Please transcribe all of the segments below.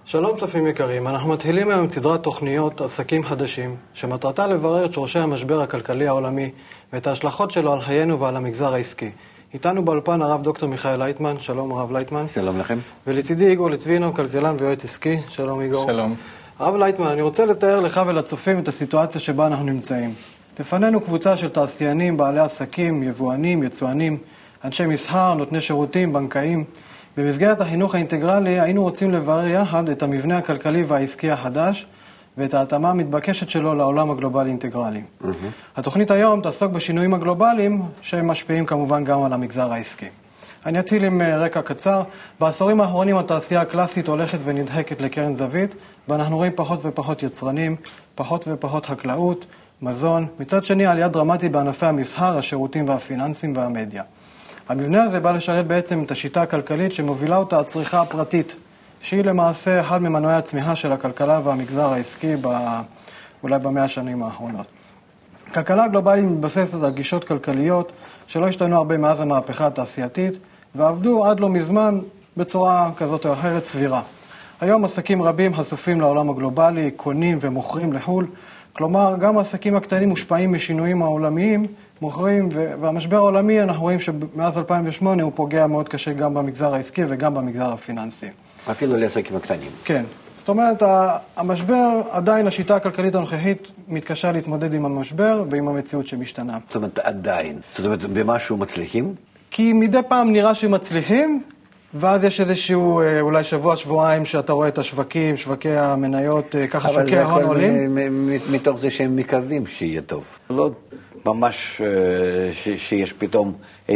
שלום צופים יקרים, אנחנו מתחילים היום סדרת תוכניות עסקים חדשים, שמטרתה לברר את שורשי המשבר הכלכלי העולמי ואת ההשלכות שלו על חיינו ועל המגזר העסקי. איתנו באולפן הרב דוקטור מיכאל לייטמן, שלום הרב לייטמן. שלום לכם. ולצידי איגור לטבינו, כלכלן ויועץ עסקי, שלום איגור. שלום. הרב לייטמן, אני רוצה לתאר לך ולצופים את הסיטואציה שבה אנחנו נמצאים. לפנינו קבוצה של תעשיינים, בעלי עסקים, יבואנים, יצואנים, אנשי מסחר, נותני שירותים, בנקאים. במסגרת החינוך האינטגרלי היינו רוצים לברר יחד את המבנה הכלכלי והעסקי החדש ואת ההתאמה המתבקשת שלו לעולם הגלובלי אינטגרלי. התוכנית היום תעסוק בשינויים הגלובליים שהם משפיעים כמובן גם על המגזר העסקי. אני אתחיל עם רקע קצר. בעשורים האחרונים התעשייה הקלאסית הולכת ונדחקת לקרן זווית, ואנחנו רואים פחות ופחות יצרנים, פחות ופחות חקלאות, מזון. מצד שני עלייה דרמטית בענפי המסחר, השירותים והפיננסים והמדיה. המבנה הזה בא לשרת בעצם את השיטה הכלכלית שמובילה אותה הצריכה הפרטית, שהיא למעשה אחד ממנועי הצמיחה של הכלכלה והמגזר העסקי אולי ב100 השנים האחרונות. הכלכלה הגלובלית מתבססת על גישות כלכליות שלא השתנו הרבה מאז המהפכה התעשייתית, ועבדו עד לא מזמן בצורה כזאת או אחרת סבירה. היום עסקים רבים חשופים לעולם הגלובלי, קונים ומוכרים לחו"ל, כלומר גם העסקים הקטנים מושפעים משינויים העולמיים, מוכרים, והמשבר העולמי אנחנו רואים שמאז 2008 הוא פוגע מאוד קשה גם במגזר העסקי וגם במגזר הפיננסי. אפילו לעסקים הקטנים. כן. זאת אומרת, המשבר, עדיין השיטה הכלכלית הנוכחית מתקשה להתמודד עם המשבר ועם המציאות שמשתנה. זאת אומרת, עדיין. זאת אומרת, במשהו מצליחים? כי מדי פעם נראה שמצליחים, ואז יש איזשהו אולי שבוע-שבועיים שאתה רואה את השווקים, שווקי המניות, ככה שוקי ההון עולים. אבל זה הכל מתוך זה שהם מקווים שיהיה טוב. לא ממש שיש פתאום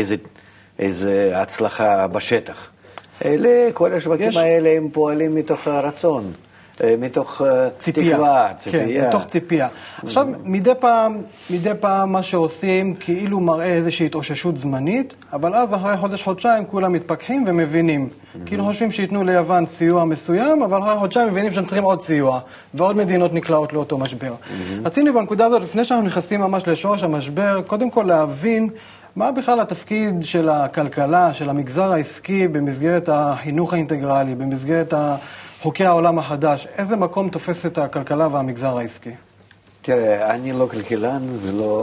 איזה הצלחה בשטח. כל השווקים האלה הם פועלים מתוך הרצון, מתוך תקווה, ציפייה. כן, מתוך ציפייה. עכשיו, מדי פעם מה שעושים כאילו מראה איזושהי התאוששות זמנית, אבל אז אחרי חודש-חודשיים כולם מתפכחים ומבינים. כאילו חושבים שיתנו ליוון סיוע מסוים, אבל אחרי חודשיים מבינים שהם צריכים עוד סיוע, ועוד מדינות נקלעות לאותו משבר. רצינו בנקודה הזאת, לפני שאנחנו נכנסים ממש לשורש המשבר, קודם כל להבין מה בכלל התפקיד של הכלכלה, של המגזר העסקי במסגרת החינוך האינטגרלי, במסגרת חוקי העולם החדש? איזה מקום תופס את הכלכלה והמגזר העסקי? תראה, אני לא כלכלן ולא...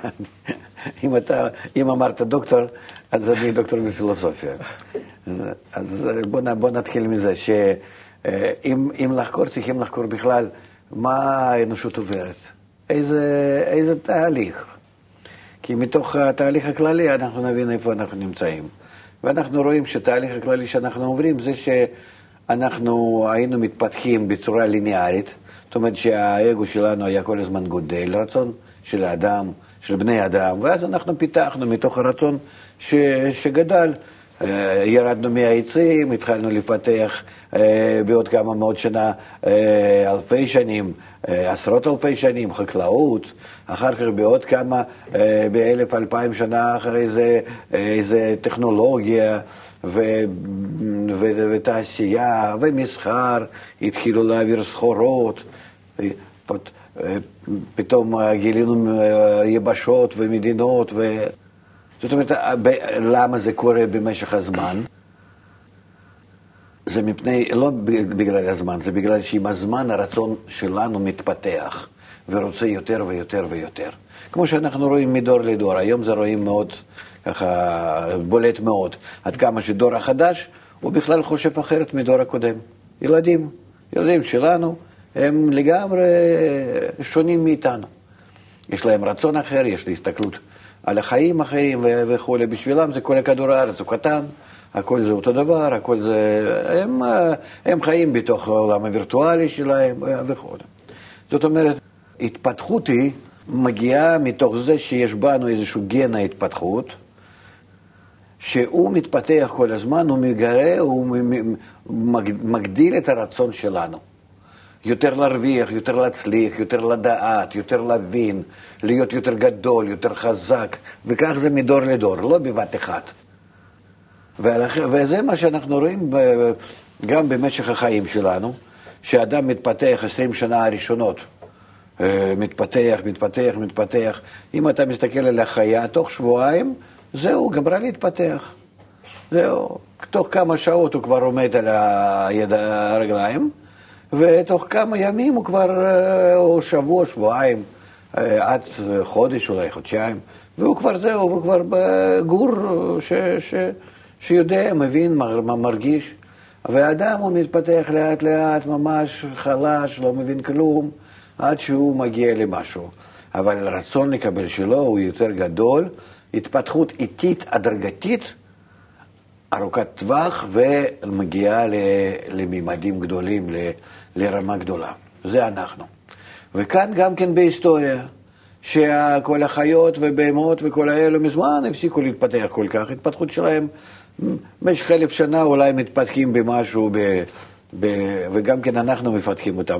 אם אמרת דוקטור, אז אני דוקטור בפילוסופיה. אז בוא נתחיל מזה, שאם לחקור, צריכים לחקור בכלל מה האנושות עוברת. איזה תהליך. כי מתוך התהליך הכללי אנחנו נבין איפה אנחנו נמצאים. ואנחנו רואים שהתהליך הכללי שאנחנו עוברים זה שאנחנו היינו מתפתחים בצורה ליניארית, זאת אומרת שהאגו שלנו היה כל הזמן גודל, רצון של האדם, של בני אדם, ואז אנחנו פיתחנו מתוך הרצון שגדל. ירדנו מהעצים, התחלנו לפתח בעוד כמה מאות שנה, אלפי שנים, עשרות אלפי שנים, חקלאות, אחר כך בעוד כמה, ב1000-2000 שנה אחרי זה, איזה טכנולוגיה ותעשייה ומסחר, התחילו להעביר סחורות, פתאום גילינו יבשות ומדינות זאת אומרת, למה זה קורה במשך הזמן? זה מפני, לא בגלל הזמן, זה בגלל שעם הזמן הרצון שלנו מתפתח ורוצה יותר ויותר ויותר. כמו שאנחנו רואים מדור לדור, היום זה רואים מאוד, ככה, בולט מאוד, עד כמה שדור החדש הוא בכלל חושב אחרת מדור הקודם. ילדים שלנו הם לגמרי שונים מאיתנו. יש להם רצון אחר, יש להסתכלות על החיים אחרים וכו'. בשבילם זה כל הכדור הארץ הוא קטן, הכל זה אותו דבר, הכל זה... הם חיים בתוך העולם הווירטואלי שלהם וכו'. זאת אומרת, התפתחות היא מגיעה מתוך זה שיש בנו איזשהו גן ההתפתחות, שהוא מתפתח כל הזמן, הוא מגרה, הוא מגדיל את הרצון שלנו. יותר להרוויח, יותר להצליח, יותר לדעת, יותר להבין, להיות יותר גדול, יותר חזק, וכך זה מדור לדור, לא בבת אחת. וזה מה שאנחנו רואים גם במשך החיים שלנו, שאדם מתפתח 20 שנה הראשונות, מתפתח. אם אתה מסתכל על החיה, תוך שבועיים, זהו, גמרה להתפתח. זהו, תוך כמה שעות הוא כבר עומד על הרגליים, ותוך כמה ימים הוא כבר, או שבוע, שבועיים, עד חודש, אולי חודשיים, והוא כבר זהו, הוא כבר גור שיודע, מבין, מרגיש. והאדם הוא מתפתח לאט לאט, ממש חלש, לא מבין כלום, עד שהוא מגיע למשהו. אבל הרצון לקבל שלו הוא יותר גדול, התפתחות איטית, הדרגתית, ארוכת טווח, ומגיעה לממדים גדולים, לרמה גדולה. זה אנחנו. וכאן גם כן בהיסטוריה, שכל החיות ובהמות וכל האלו מזמן הפסיקו להתפתח כל כך. התפתחות שלהם במשך 1000 שנה אולי מתפתחים במשהו, וגם כן אנחנו מפתחים אותם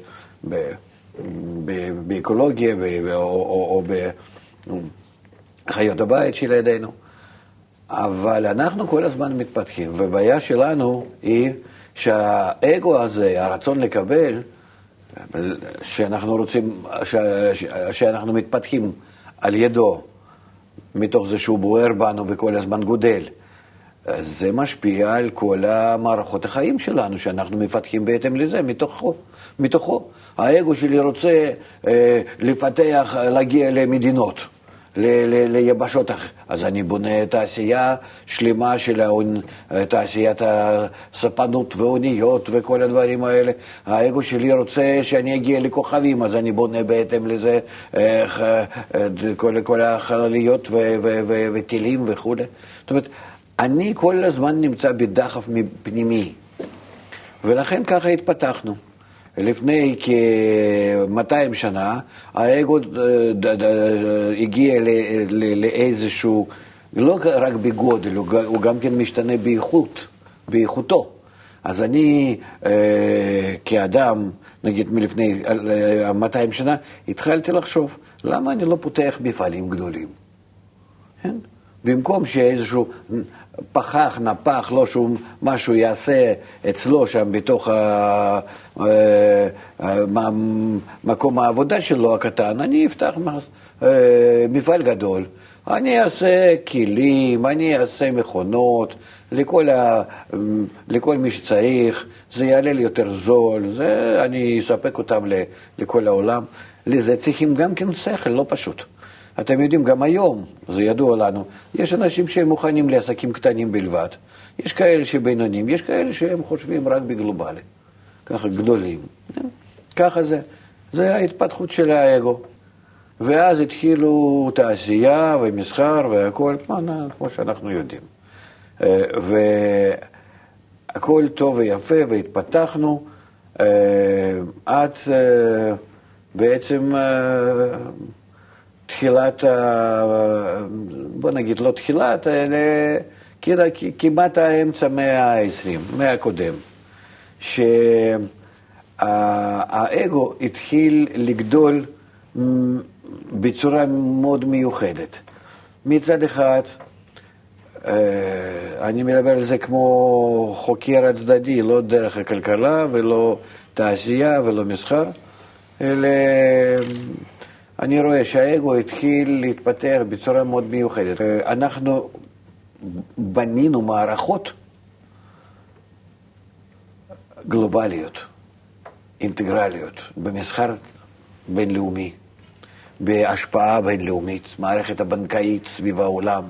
באקולוגיה או בחיות הבית של ידינו. אבל אנחנו כל הזמן מתפתחים, ובעיה שלנו היא שהאגו הזה, הרצון לקבל, שאנחנו רוצים, שאנחנו מתפתחים על ידו, מתוך זה שהוא בוער בנו וכל הזמן גודל, זה משפיע על כל המערכות החיים שלנו, שאנחנו מפתחים בהתאם לזה, מתוכו. האגו שלי רוצה לפתח, להגיע למדינות, ליבשות, אז אני בונה תעשייה שלמה של תעשיית הספנות ואוניות וכל הדברים האלה. האגו שלי רוצה שאני אגיע לכוכבים, אז אני בונה בהתאם לזה כל החלליות וטילים וכו'. זאת אומרת, אני כל הזמן נמצא בדחף פנימי, ולכן ככה התפתחנו. לפני כ-200 שנה, האגו הגיע לאיזשהו, לא רק בגודל, הוא גם כן משתנה באיכותו. אז אני, כאדם, נגיד מלפני 200 שנה, התחלתי לחשוב, למה אני לא פותח מפעלים גדולים? כן? במקום שאיזשהו פחח, נפח, לא שום משהו יעשה אצלו שם בתוך מקום העבודה שלו הקטן, אני אפתח מפעל גדול. אני אעשה כלים, אני אעשה מכונות, לכל מי שצריך, זה יעלה לי יותר זול, אני אספק אותם לכל העולם. לזה צריכים גם כן שכל, לא פשוט. אתם יודעים, גם היום, זה ידוע לנו, יש אנשים שהם מוכנים לעסקים קטנים בלבד. יש כאלה שבינונים, יש כאלה שהם חושבים רק בגלובלי. ככה גדולים. ככה זה. זה ההתפתחות של האגו. ואז התחילו תעשייה ומסחר והכל, כמו שאנחנו יודעים. והכל טוב ויפה והתפתחנו עד בעצם תחילת, בוא נגיד לא תחילת, אלא כמעט האמצע המאה ה-20, מאה הקודם, שהאגו התחיל לגדול בצורה מאוד מיוחדת. מצד אחד, אני מדבר על זה כמו חוקר הצדדי, לא דרך הכלכלה ולא תעשייה ולא מסחר, אלא אני רואה שהאגו התחיל להתפתח בצורה מאוד מיוחדת. אנחנו בנינו מערכות גלובליות, אינטגרליות, במסחר בינלאומי, בהשפעה בינלאומית, מערכת הבנקאית סביב העולם,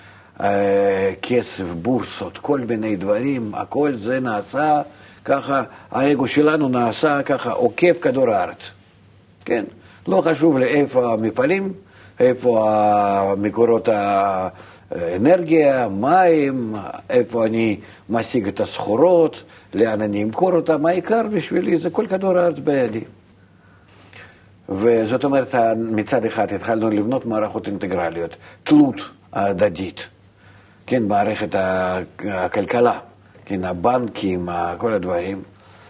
כסף, בורסות, כל מיני דברים, הכל זה נעשה ככה, האגו שלנו נעשה ככה עוקף כדור הארץ. כן? לא חשוב לאיפה המפעלים, איפה מקורות האנרגיה, מים, איפה אני משיג את הסחורות, לאן אני אמכור אותם, העיקר בשבילי זה כל כדור הארץ בידי. וזאת אומרת, מצד אחד התחלנו לבנות מערכות אינטגרליות, תלות הדדית, כן, מערכת הכלכלה, כן, הבנקים, כל הדברים,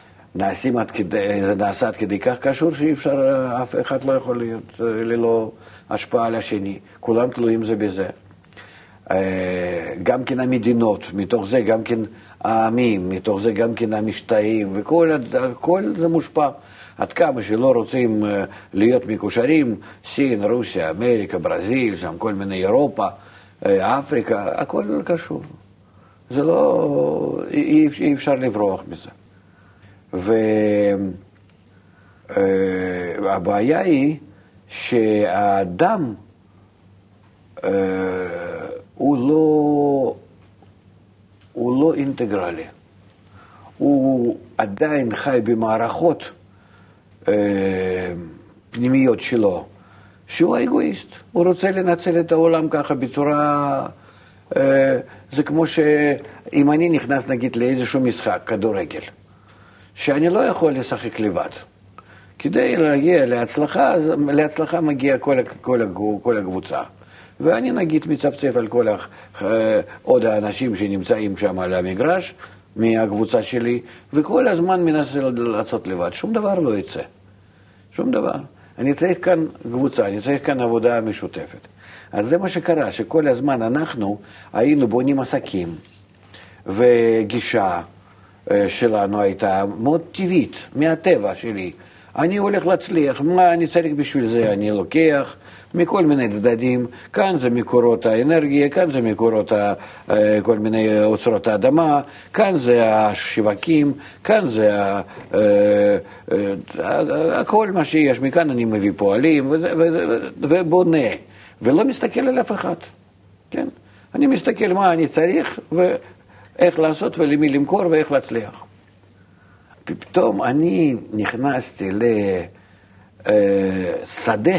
זה נעשה עד כדי כך קשור שאי אפשר, אף אחד לא יכול להיות ללא השפעה על השני, כולם תלויים זה בזה. גם כן המדינות, מתוך זה גם כן העמים, מתוך זה גם כן המשטעים, וכל זה מושפע. עד כמה שלא רוצים להיות מקושרים, סין, רוסיה, אמריקה, ברזיל, שם כל מיני אירופה, אפריקה, הכל קשור. זה לא, אי אפשר לברוח מזה. והבעיה היא שהאדם הוא לא אינטגרלי. הוא עדיין חי במערכות פנימיות שלו, שהוא האגואיסט. הוא רוצה לנצל את העולם ככה בצורה... זה כמו שאם אני נכנס נגיד לאיזשהו משחק, כדורגל, שאני לא יכול לשחק לבד. כדי להגיע להצלחה מגיע כל הקבוצה. ואני נגיד מצפצף על כל עוד האנשים שנמצאים שם על המגרש, מהקבוצה שלי, וכל הזמן מנסה לעשות לבד. שום דבר לא יצא. שום דבר. אני צריך כאן קבוצה, אני צריך כאן עבודה משותפת. אז זה מה שקרה, שכל הזמן אנחנו היינו בונים עסקים, וגישה שלנו הייתה מאוד טבעית, מהטבע שלי. אני הולך להצליח, מה אני צריך בשביל זה? אני לוקח מכל מיני צדדים, כאן זה מקורות האנרגיה, כאן זה מקורות כל מיני אוצרות האדמה, כאן זה השווקים, כאן זה הכל מה שיש, מכאן אני מביא פועלים ובונה, ולא מסתכל על אף אחד, כן? אני מסתכל מה אני צריך ואיך לעשות ולמי למכור ואיך להצליח. פתאום אני נכנסתי לשדה,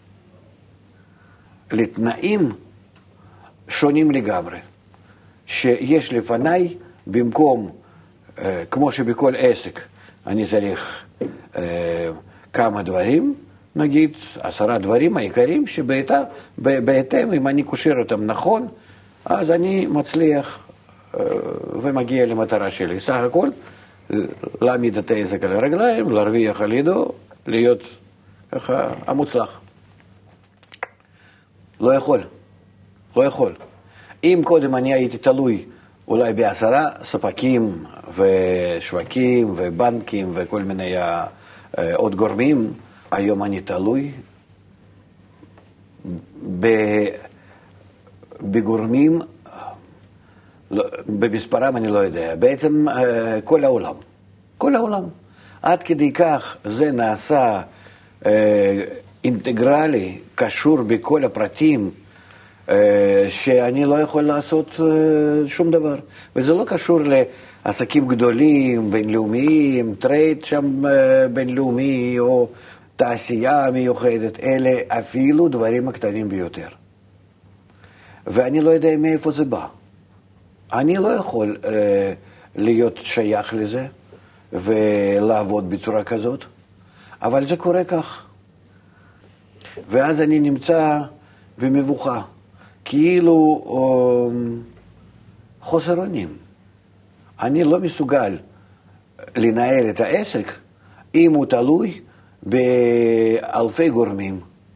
לתנאים שונים לגמרי, שיש לפניי במקום, כמו שבכל עסק אני צריך כמה דברים, נגיד 10 דברים העיקריים שבהתאם, אם אני קושר אותם נכון, אז אני מצליח ומגיע למטרה שלי. סך הכל, להעמיד את העסק על הרגליים, להרוויח על ידו, להיות ככה המוצלח. לא יכול. אם קודם אני הייתי תלוי אולי ב10 ספקים ושווקים ובנקים וכל מיני עוד גורמים, היום אני תלוי בגורמים, במספרם אני לא יודע, בעצם כל העולם. עד כדי כך זה נעשה אינטגרלי, קשור בכל הפרטים, שאני לא יכול לעשות שום דבר. וזה לא קשור לעסקים גדולים, בינלאומיים, טרייד שם בינלאומי, או תעשייה מיוחדת, אלה אפילו דברים הקטנים ביותר. ואני לא יודע מאיפה זה בא. אני לא יכול להיות שייך לזה ולעבוד בצורה כזאת, אבל זה קורה כך. ואז אני נמצא במבוכה, כאילו חוסר אונים. אני לא מסוגל לנהל את העסק אם הוא תלוי באלפי גורמים,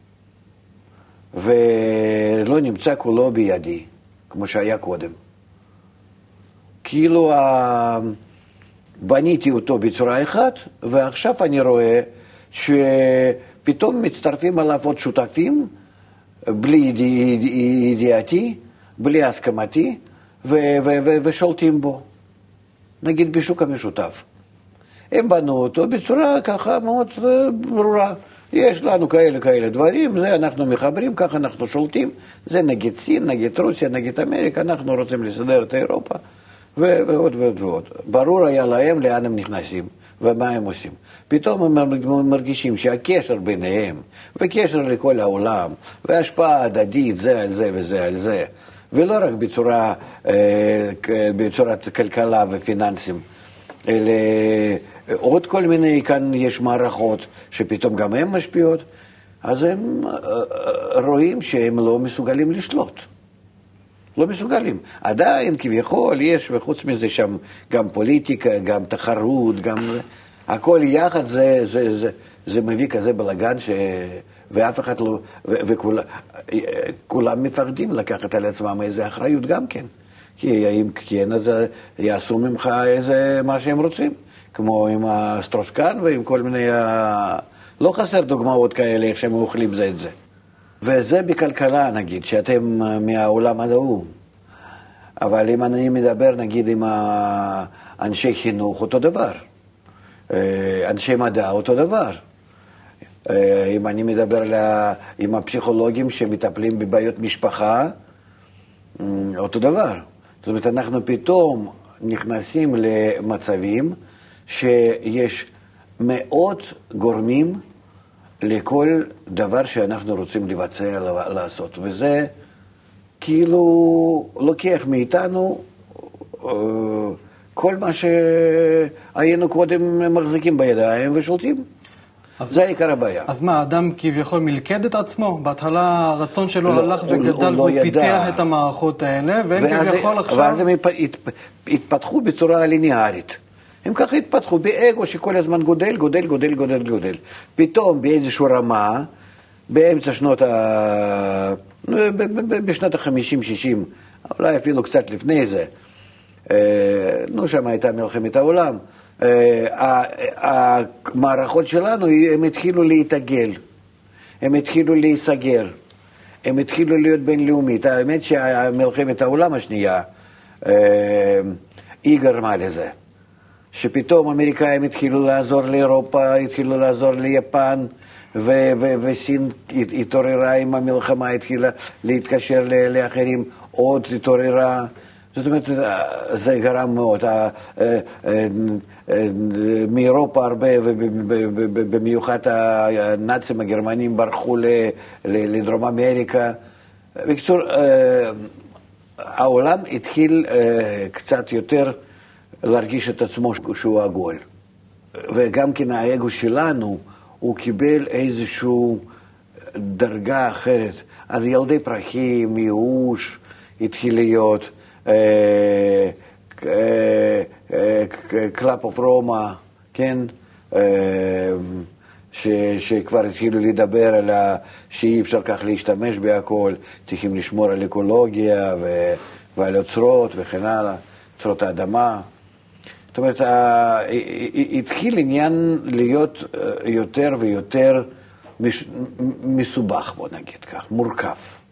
ולא נמצא כולו בידי, כמו שהיה קודם. כאילו בניתי אותו בצורה אחת, ועכשיו אני רואה שפתאום מצטרפים עליו עוד שותפים, בלי ידיעתי, בלי הסכמתי, ושולטים בו. נגיד בשוק המשותף. הם בנו אותו בצורה ככה מאוד ברורה. יש לנו כאלה דברים, זה אנחנו מחברים, ככה אנחנו שולטים. זה נגד סין, נגד רוסיה, נגד אמריקה, אנחנו רוצים לסדר את אירופה, ועוד ועוד ועוד. ברור היה להם לאן הם נכנסים ומה הם עושים. פתאום הם מרגישים שהקשר ביניהם, וקשר לכל העולם, והשפעה הדדית, זה על זה וזה על זה, ולא רק בצורת כלכלה ופיננסים, אלא עוד כל מיני, כאן יש מערכות שפתאום גם הן משפיעות, אז הם רואים שהם לא מסוגלים לשלוט. לא מסוגלים. עדיין כביכול יש, וחוץ מזה שם גם פוליטיקה, גם תחרות, גם הכל יחד, זה מביא כזה בלגן ואף אחד לא, וכולם מפחדים לקחת על עצמם איזה אחריות גם כן. כי אם כן, אז יעשו ממך איזה מה שהם רוצים. כמו עם הסטרוסקן ועם כל מיני, לא חסר דוגמאות כאלה איך שהם אוכלים זה את זה. וזה בכלכלה נגיד, שאתם מהעולם הזה הוא. אבל אם אני מדבר נגיד עם אנשי חינוך, אותו דבר. אנשי מדע, אותו דבר. אם אני מדבר עם הפסיכולוגים שמטפלים בבעיות משפחה, אותו דבר. זאת אומרת, אנחנו פתאום נכנסים למצבים שיש מאות גורמים לכל דבר שאנחנו רוצים לבצע, לעשות. וזה כאילו לוקח מאיתנו כל מה שהיינו קודם מחזיקים בידיים ושולטים. זה העיקר הבעיה. אז מה, האדם כביכול מלכד את עצמו? בהתחלה הרצון שלו הלך וגדל והוא פיתח את המערכות האלה, והם כביכול עכשיו... ואז הם התפתחו בצורה ליניארית. הם ככה התפתחו באגו שכל הזמן גודל. פתאום באיזשהו רמה, באמצע בשנות ה-50-60, אולי אפילו קצת לפני זה, שם הייתה מלחמת העולם, המערכות שלנו, הם התחילו להתעגל, הם התחילו להיסגר, הם התחילו להיות בינלאומית. האמת שמלחמת העולם השנייה, היא גרמה לזה. שפתאום האמריקאים התחילו לעזור לאירופה, התחילו לעזור ליפן, וסין התעוררה עם המלחמה, התחילה להתקשר לאחרים, עוד התעוררה. זאת אומרת, זה גרם מאוד. מאירופה הרבה, ובמיוחד הנאצים הגרמנים ברחו לדרום אמריקה. בקיצור, העולם התחיל קצת יותר להרגיש את עצמו שהוא עגול. וגם כן האגו שלנו, הוא קיבל איזושהי דרגה אחרת. אז ילדי פרחים, ייאוש, התחיל להיות, קלאפ אוף רומא, כן? שכבר התחילו לדבר על שאי אפשר כך להשתמש בהכל, צריכים לשמור על אקולוגיה ועל אוצרות וכן הלאה, אוצרות האדמה. זאת אומרת, התחיל עניין להיות יותר ויותר מסובך, בוא נגיד כך, מורכב.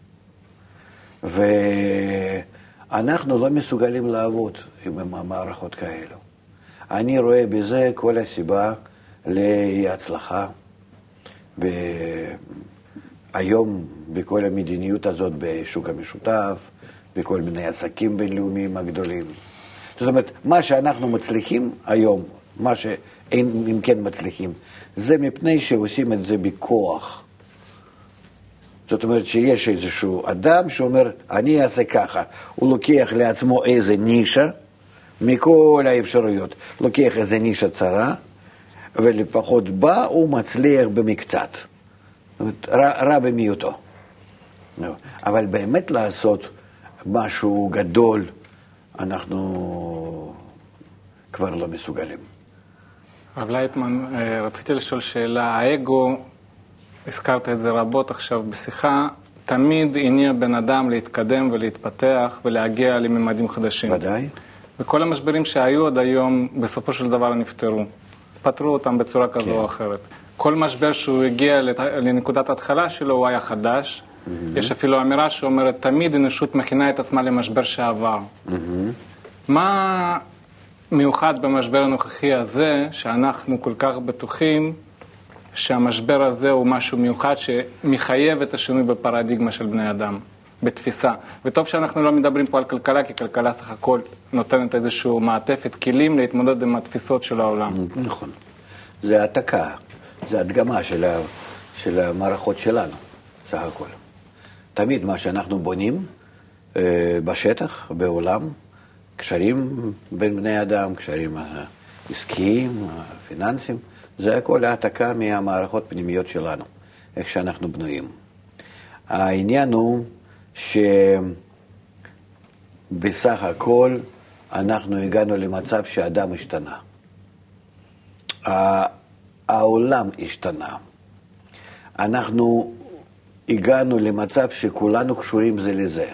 ואנחנו לא מסוגלים לעבוד עם המערכות כאלו. אני רואה בזה כל הסיבה להצלחה. היום בכל המדיניות הזאת בשוק המשותף, בכל מיני עסקים בינלאומיים הגדולים. זאת אומרת, מה שאנחנו מצליחים היום, מה שאם כן מצליחים, זה מפני שעושים את זה בכוח. זאת אומרת שיש איזשהו אדם שאומר, אני אעשה ככה. הוא לוקח לעצמו איזה נישה, מכל האפשרויות. לוקח איזה נישה צרה, ולפחות בה הוא מצליח במקצת. זאת אומרת, רע במיעוטו. אבל באמת לעשות משהו גדול, אנחנו כבר לא מסוגלים. רב לייטמן, רציתי לשאול שאלה. האגו, הזכרת את זה רבות עכשיו בשיחה, תמיד הניע בן אדם להתקדם ולהתפתח ולהגיע לממדים חדשים. ודאי. וכל המשברים שהיו עד היום, בסופו של דבר נפתרו. פתרו אותם בצורה כזו או אחרת. כל משבר שהוא הגיע לנקודת ההתחלה שלו, הוא היה חדש. יש אפילו אמירה שאומרת, תמיד אנושות מכינה את עצמה למשבר שעבר. מה מיוחד במשבר הנוכחי הזה, שאנחנו כל כך בטוחים שהמשבר הזה הוא משהו מיוחד שמחייב את השינוי בפרדיגמה של בני אדם, בתפיסה. וטוב שאנחנו לא מדברים פה על כלכלה, כי כלכלה סך הכל נותנת איזשהו מעטפת כלים להתמודד עם התפיסות של העולם. נכון. זה העתקה, זה הדגמה של המערכות שלנו, סך הכל. תמיד מה שאנחנו בונים בשטח, בעולם, קשרים בין בני אדם, קשרים עסקיים, פיננסיים, זה הכל העתקה מהמערכות פנימיות שלנו, איך שאנחנו בנויים. העניין הוא שבסך הכל אנחנו הגענו למצב שהאדם השתנה. העולם השתנה. אנחנו הגענו למצב שכולנו קשורים זה לזה.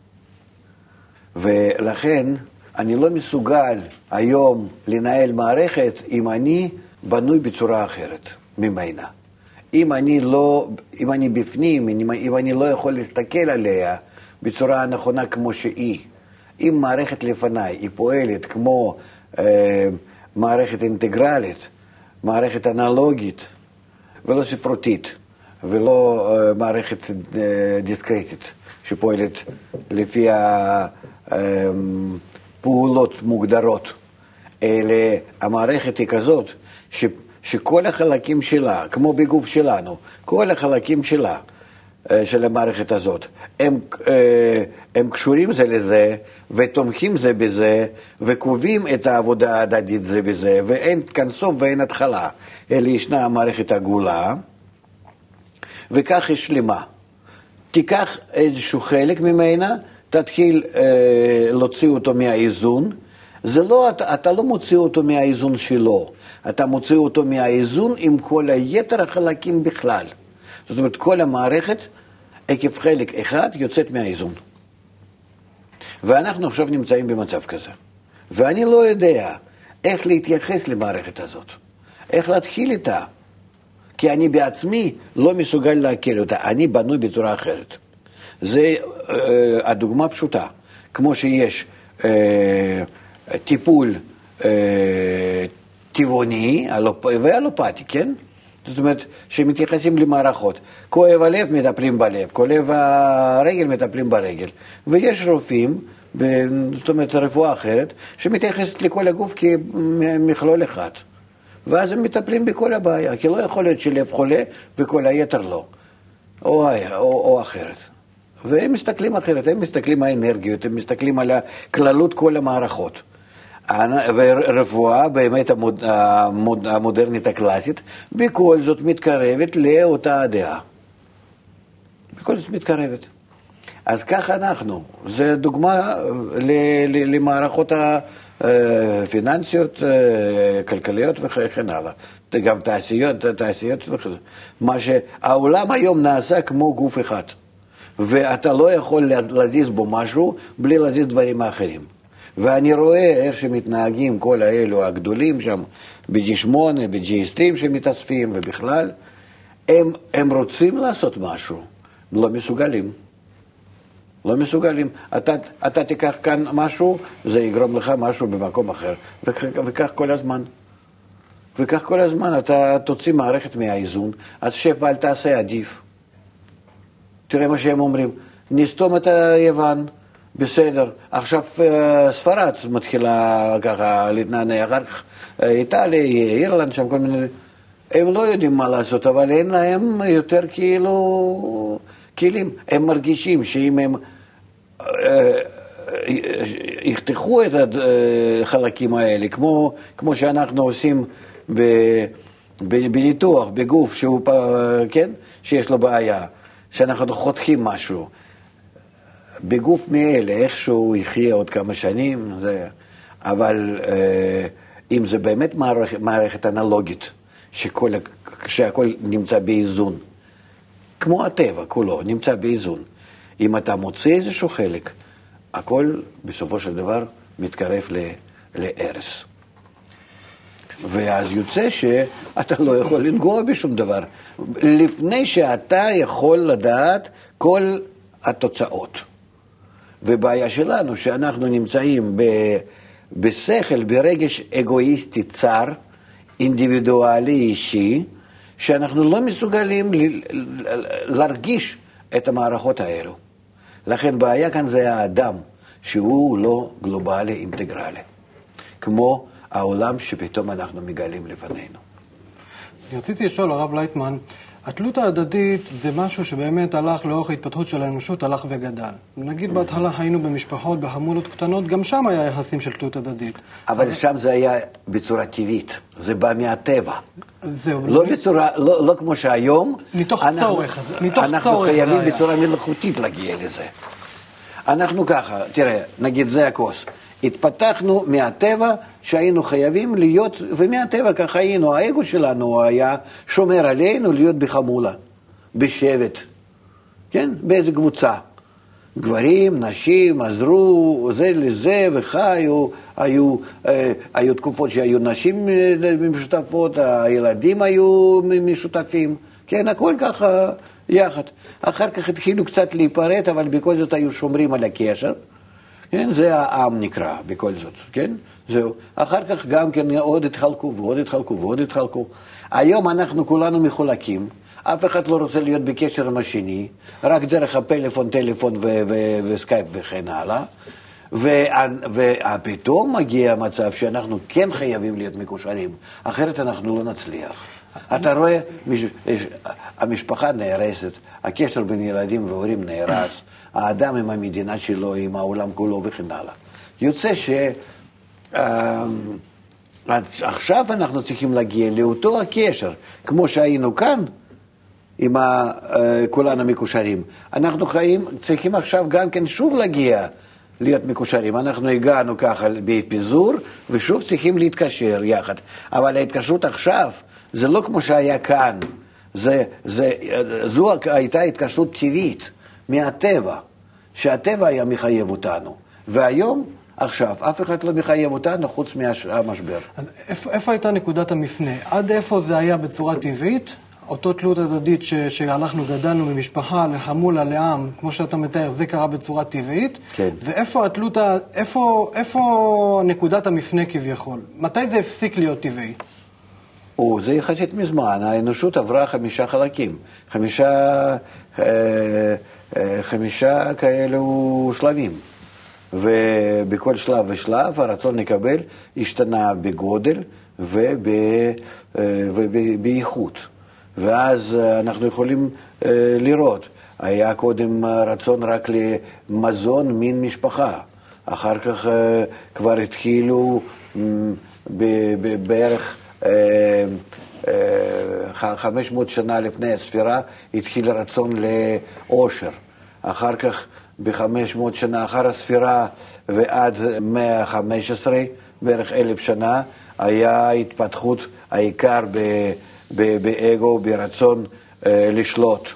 ולכן אני לא מסוגל היום לנהל מערכת אם אני בנוי בצורה אחרת ממנה. אם אני בפנים, אם אני לא יכול להסתכל עליה בצורה הנכונה כמו שהיא, אם מערכת לפניי היא פועלת כמו מערכת אינטגרלית, מערכת אנלוגית ולא ספרותית ולא מערכת דיסקרטית שפועלת לפי פעולות מוגדרות, אלא המערכת היא כזאת שכל החלקים שלה, כמו בגוף שלנו, כל החלקים שלה, של המערכת הזאת, הם קשורים זה לזה ותומכים זה בזה וקובעים את העבודה ההדדית זה בזה, ואין כאן סוף ואין התחלה, אלא ישנה המערכת עגולה וכך היא שלמה. תיקח איזשהו חלק ממנה, תתחיל להוציא אותו מהאיזון. זה לא, אתה לא מוציא אותו מהאיזון שלו, אתה מוציא אותו מהאיזון עם כל היתר החלקים בכלל. זאת אומרת, כל המערכת עקב חלק אחד יוצאת מהאיזון. ואנחנו עכשיו נמצאים במצב כזה. ואני לא יודע איך להתייחס למערכת הזאת, איך להתחיל איתה. כי אני בעצמי לא מסוגל להכיר אותה, אני בנוי בצורה אחרת. זה הדוגמה פשוטה, כמו שיש טיפול טבעוני ואלופתי, כן? זאת אומרת, שמתייחסים למערכות. כואב הלב, מטפלים בלב, כואב הרגל, מטפלים ברגל. ויש רופאים, זאת אומרת, רפואה אחרת, שמתייחסת לכל הגוף כמכלול אחד. ואז הם מטפלים בכל הבעיה, כי לא יכול להיות שלב חולה וכל היתר לא, או אחרת. והם מסתכלים אחרת, הם מסתכלים על האנרגיות, הם מסתכלים על כללות כל המערכות. ורפואה באמת המודרנית הקלאסית, בכל זאת מתקרבת לאותה הדעה. בכל זאת מתקרבת. אז כך אנחנו, זו דוגמה למערכות פיננסיות, כלכליות וכן הלאה. גם תעשיות וכן. מה שהעולם היום נעשה כמו גוף אחד. ואתה לא יכול להזיז בו משהו בלי להזיז דברים האחרים. ואני רואה איך שמתנהגים כל האלו הגדולים שם, ב-G8, ב-G20 שמתאספים ובכלל, הם רוצים לעשות משהו, לא מסוגלים. לא מסוגלים. אתה תיקח כאן משהו, זה יגרום לך משהו במקום אחר. וכך כל הזמן. וכך כל הזמן אתה תוציא מערכת מהאיזון, אז שב ואל תעשה עדיף. תראה מה שהם אומרים, נסתום את היוון, בסדר. עכשיו ספרד מתחילה ככה להתנענע, אחר כך איטליה, אירלנד, שם כל מיני... הם לא יודעים מה לעשות, אבל אין להם יותר כאילו... כלים. הם מרגישים שאם הם יחתכו את החלקים האלה, כמו שאנחנו עושים בניתוח, בגוף שהוא, כן? שיש לו בעיה, שאנחנו חותכים משהו. בגוף מאלה, איכשהו יחיה עוד כמה שנים, אבל אם זה באמת מערכת אנלוגית, שהכל נמצא באיזון, כמו הטבע כולו, נמצא באיזון. אם אתה מוצא איזשהו חלק, הכל בסופו של דבר מתקרב לארץ. ואז יוצא שאתה לא יכול לנגוע בשום דבר, לפני שאתה יכול לדעת כל התוצאות. ובעיה שלנו שאנחנו נמצאים בשכל, ברגש אגואיסטי צר, אינדיבידואלי אישי, שאנחנו לא מסוגלים להרגיש את המערכות האלו. לכן בעיה כאן זה האדם, שהוא לא גלובלי אינטגרלי, כמו העולם שפתאום אנחנו מגלים לפנינו. אני רציתי לשאול, הרב לייטמן, התלות ההדדית זה משהו שבאמת הלך לאורך ההתפתחות של האנושות, הלך וגדל. נגיד בהתחלה היינו במשפחות, בחמולות קטנות, גם שם היה יחסים של תלות הדדית. אבל שם זה היה בצורה טבעית, זה בא מהטבע. זהו. לא כמו שהיום, מתוך צורך. אנחנו חייבים בצורה מלאכותית להגיע לזה. אנחנו ככה, תראה, נגיד זה הכוס. התפתחנו מהטבע שהיינו חייבים להיות, ומהטבע ככה היינו, האגו שלנו היה שומר עלינו להיות בחמולה, בשבט, כן? באיזה קבוצה. גברים, נשים, עזרו זה לזה וחיו, היו תקופות שהיו נשים משותפות, הילדים היו משותפים, כן? הכל ככה יחד. אחר כך התחילו קצת להיפרד, אבל בכל זאת היו שומרים על הקשר. כן, זה העם נקרא בכל זאת, כן? זהו. אחר כך גם כן עוד התחלקו ועוד התחלקו ועוד התחלקו. היום אנחנו כולנו מחולקים, אף אחד לא רוצה להיות בקשר עם השני, רק דרך הפלאפון, טלפון וסקייפ וכן הלאה. ופתאום מגיע המצב שאנחנו כן חייבים להיות מקושרים, אחרת אנחנו לא נצליח. אתה רואה, המשפחה נהרסת, הקשר בין ילדים והורים נהרס, האדם עם המדינה שלו, עם העולם כולו וכן הלאה. יוצא עכשיו אנחנו צריכים להגיע לאותו הקשר, כמו שהיינו כאן, עם כולנו מקושרים. אנחנו צריכים עכשיו גם כן שוב להגיע להיות מקושרים. אנחנו הגענו ככה בפיזור, ושוב צריכים להתקשר יחד. אבל ההתקשרות עכשיו, זה לא כמו שהיה כאן. זו הייתה התקשרות טבעית מהטבע, שהטבע היה מחייב אותנו. והיום, עכשיו, אף אחד לא מחייב אותנו חוץ מהמשבר. איפה הייתה נקודת המפנה? עד איפה זה היה בצורה טבעית? אותו תלות הדדית שהלכנו, גדלנו ממשפחה לחמולה, לעם, כמו שאתה מתאר, זה קרה בצורה טבעית. כן. ואיפה התלות, איפה נקודת המפנה כביכול? מתי זה הפסיק להיות טבעי? זה יחסית מזמן. האנושות עברה 5 חלקים. 5 כאלו שלבים. ובכל שלב ושלב הרצון לקבל השתנה בגודל ובאיכות. ואז אנחנו יכולים לראות, היה קודם רצון רק למזון מין משפחה, אחר כך כבר התחילו בערך 500 שנה לפני הספירה, התחיל רצון לאושר, אחר כך ב-500 שנה אחר הספירה ועד 115, בערך 1000 שנה, היה התפתחות העיקר באגו, ברצון לשלוט.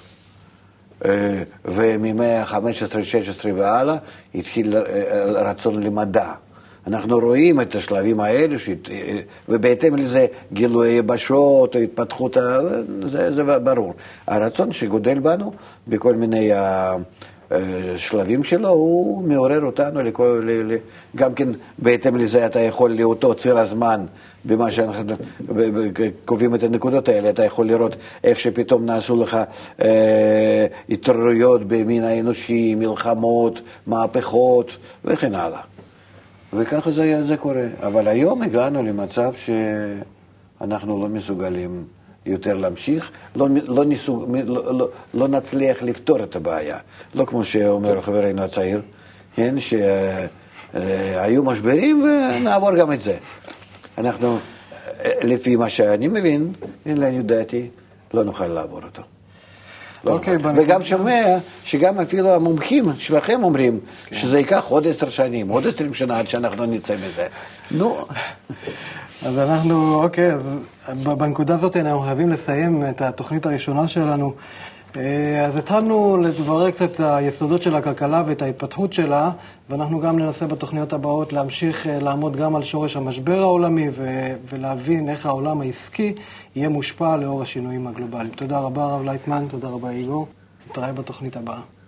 ומ-115-16 והלאה התחיל רצון למדע. אנחנו רואים את השלבים האלה, ובהתאם לזה גילוי יבשות, התפתחות, זה ברור. הרצון שגודל בנו בכל מיני שלבים שלו, הוא מעורר אותנו, גם כן בהתאם לזה אתה יכול לאותו ציר הזמן, במה שאנחנו קובעים את הנקודות האלה, אתה יכול לראות איך שפתאום נעשו לך התעוררויות במין האנושי, מלחמות, מהפכות וכן הלאה. וככה זה קורה. אבל היום הגענו למצב שאנחנו לא מסוגלים יותר להמשיך, לא נצליח לפתור את הבעיה. לא כמו שאומר חברנו הצעיר, כן, שהיו משברים ונעבור גם את זה. אנחנו, לפי מה שאני מבין, לעניות דעתי, לא נוכל לעבור אותו. וגם שומע שגם אפילו המומחים שלכם אומרים שזה ייקח עוד 10 שנים, עוד 20 שנה עד שאנחנו נצא מזה. נו. אז אנחנו, אז בנקודה הזאת אנחנו חייבים לסיים את התוכנית הראשונה שלנו. אז התחלנו לדבר קצת את היסודות של הכלכלה ואת ההתפתחות שלה, ואנחנו גם ננסה בתוכניות הבאות להמשיך לעמוד גם על שורש המשבר העולמי ולהבין איך העולם העסקי יהיה מושפע לאור השינויים הגלובליים. תודה רבה רב לייטמן, תודה רבה איגור, נתראה בתוכנית הבאה.